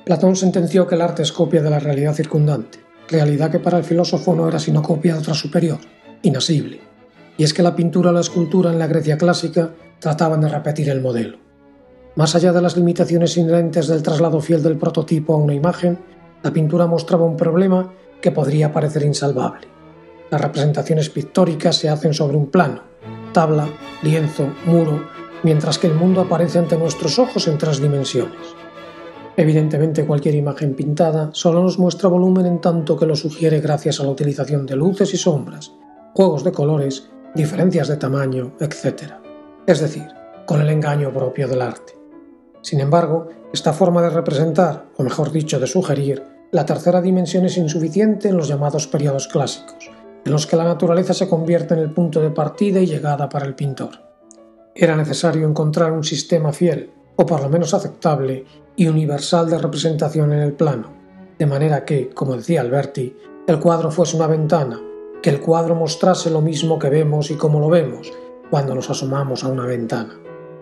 Platón sentenció que el arte es copia de la realidad circundante, realidad que para el filósofo no era sino copia de otra superior, inasible. Y es que la pintura o la escultura en la Grecia clásica trataban de repetir el modelo. Más allá de las limitaciones inherentes del traslado fiel del prototipo a una imagen, la pintura mostraba un problema que podría parecer insalvable. Las representaciones pictóricas se hacen sobre un plano, tabla, lienzo, muro, mientras que el mundo aparece ante nuestros ojos en 3 dimensiones. Evidentemente, cualquier imagen pintada solo nos muestra volumen en tanto que lo sugiere gracias a la utilización de luces y sombras, juegos de colores, diferencias de tamaño, etc. Es decir, con el engaño propio del arte. Sin embargo, esta forma de representar, o mejor dicho, de sugerir, la tercera dimensión es insuficiente en los llamados periodos clásicos, en los que la naturaleza se convierte en el punto de partida y llegada para el pintor. Era necesario encontrar un sistema fiel, o por lo menos aceptable, y universal de representación en el plano, de manera que, como decía Alberti, el cuadro fuese una ventana, que el cuadro mostrase lo mismo que vemos y cómo lo vemos cuando nos asomamos a una ventana.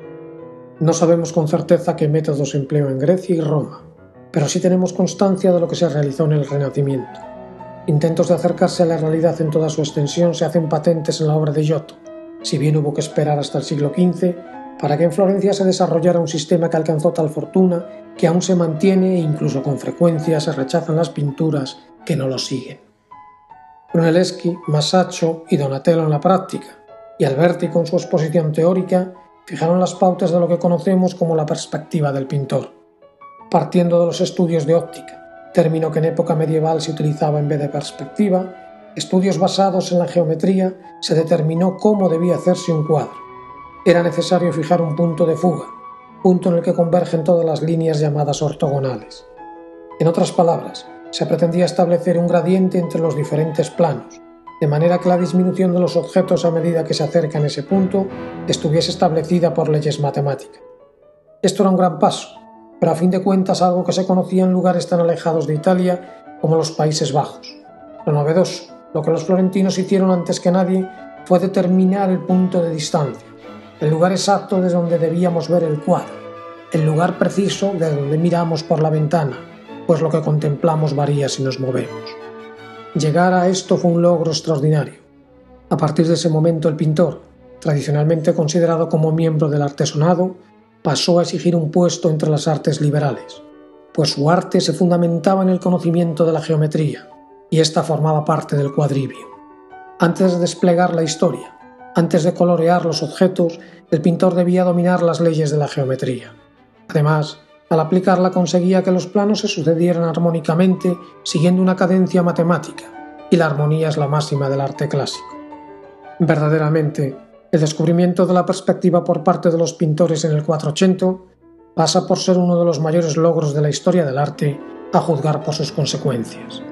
No sabemos con certeza qué métodos empleó en Grecia y Roma, pero sí tenemos constancia de lo que se realizó en el Renacimiento. Intentos de acercarse a la realidad en toda su extensión se hacen patentes en la obra de Giotto, si bien hubo que esperar hasta el siglo XV para que en Florencia se desarrollara un sistema que alcanzó tal fortuna que aún se mantiene e incluso con frecuencia se rechazan las pinturas que no lo siguen. Brunelleschi, Masaccio y Donatello en la práctica, y Alberti con su exposición teórica, fijaron las pautas de lo que conocemos como la perspectiva del pintor, partiendo de los estudios de óptica, término que en época medieval se utilizaba en vez de perspectiva. Estudios basados en la geometría, se determinó cómo debía hacerse un cuadro. Era necesario fijar un punto de fuga, punto en el que convergen todas las líneas llamadas ortogonales. En otras palabras, se pretendía establecer un gradiente entre los diferentes planos, de manera que la disminución de los objetos a medida que se acercan a ese punto estuviese establecida por leyes matemáticas. Esto era un gran paso, pero a fin de cuentas algo que se conocía en lugares tan alejados de Italia como los Países Bajos. Lo novedoso, lo que los florentinos hicieron antes que nadie, fue determinar el punto de distancia, el lugar exacto desde donde debíamos ver el cuadro, el lugar preciso desde donde miramos por la ventana, pues lo que contemplamos varía si nos movemos. Llegar a esto fue un logro extraordinario. A partir de ese momento el pintor, tradicionalmente considerado como miembro del artesonado, pasó a exigir un puesto entre las artes liberales, pues su arte se fundamentaba en el conocimiento de la geometría, y ésta formaba parte del quadrivio. Antes de desplegar la historia, antes de colorear los objetos, el pintor debía dominar las leyes de la geometría. Además, al aplicarla conseguía que los planos se sucedieran armónicamente siguiendo una cadencia matemática, y la armonía es la máxima del arte clásico. Verdaderamente, el descubrimiento de la perspectiva por parte de los pintores en el 480 pasa por ser uno de los mayores logros de la historia del arte, a juzgar por sus consecuencias.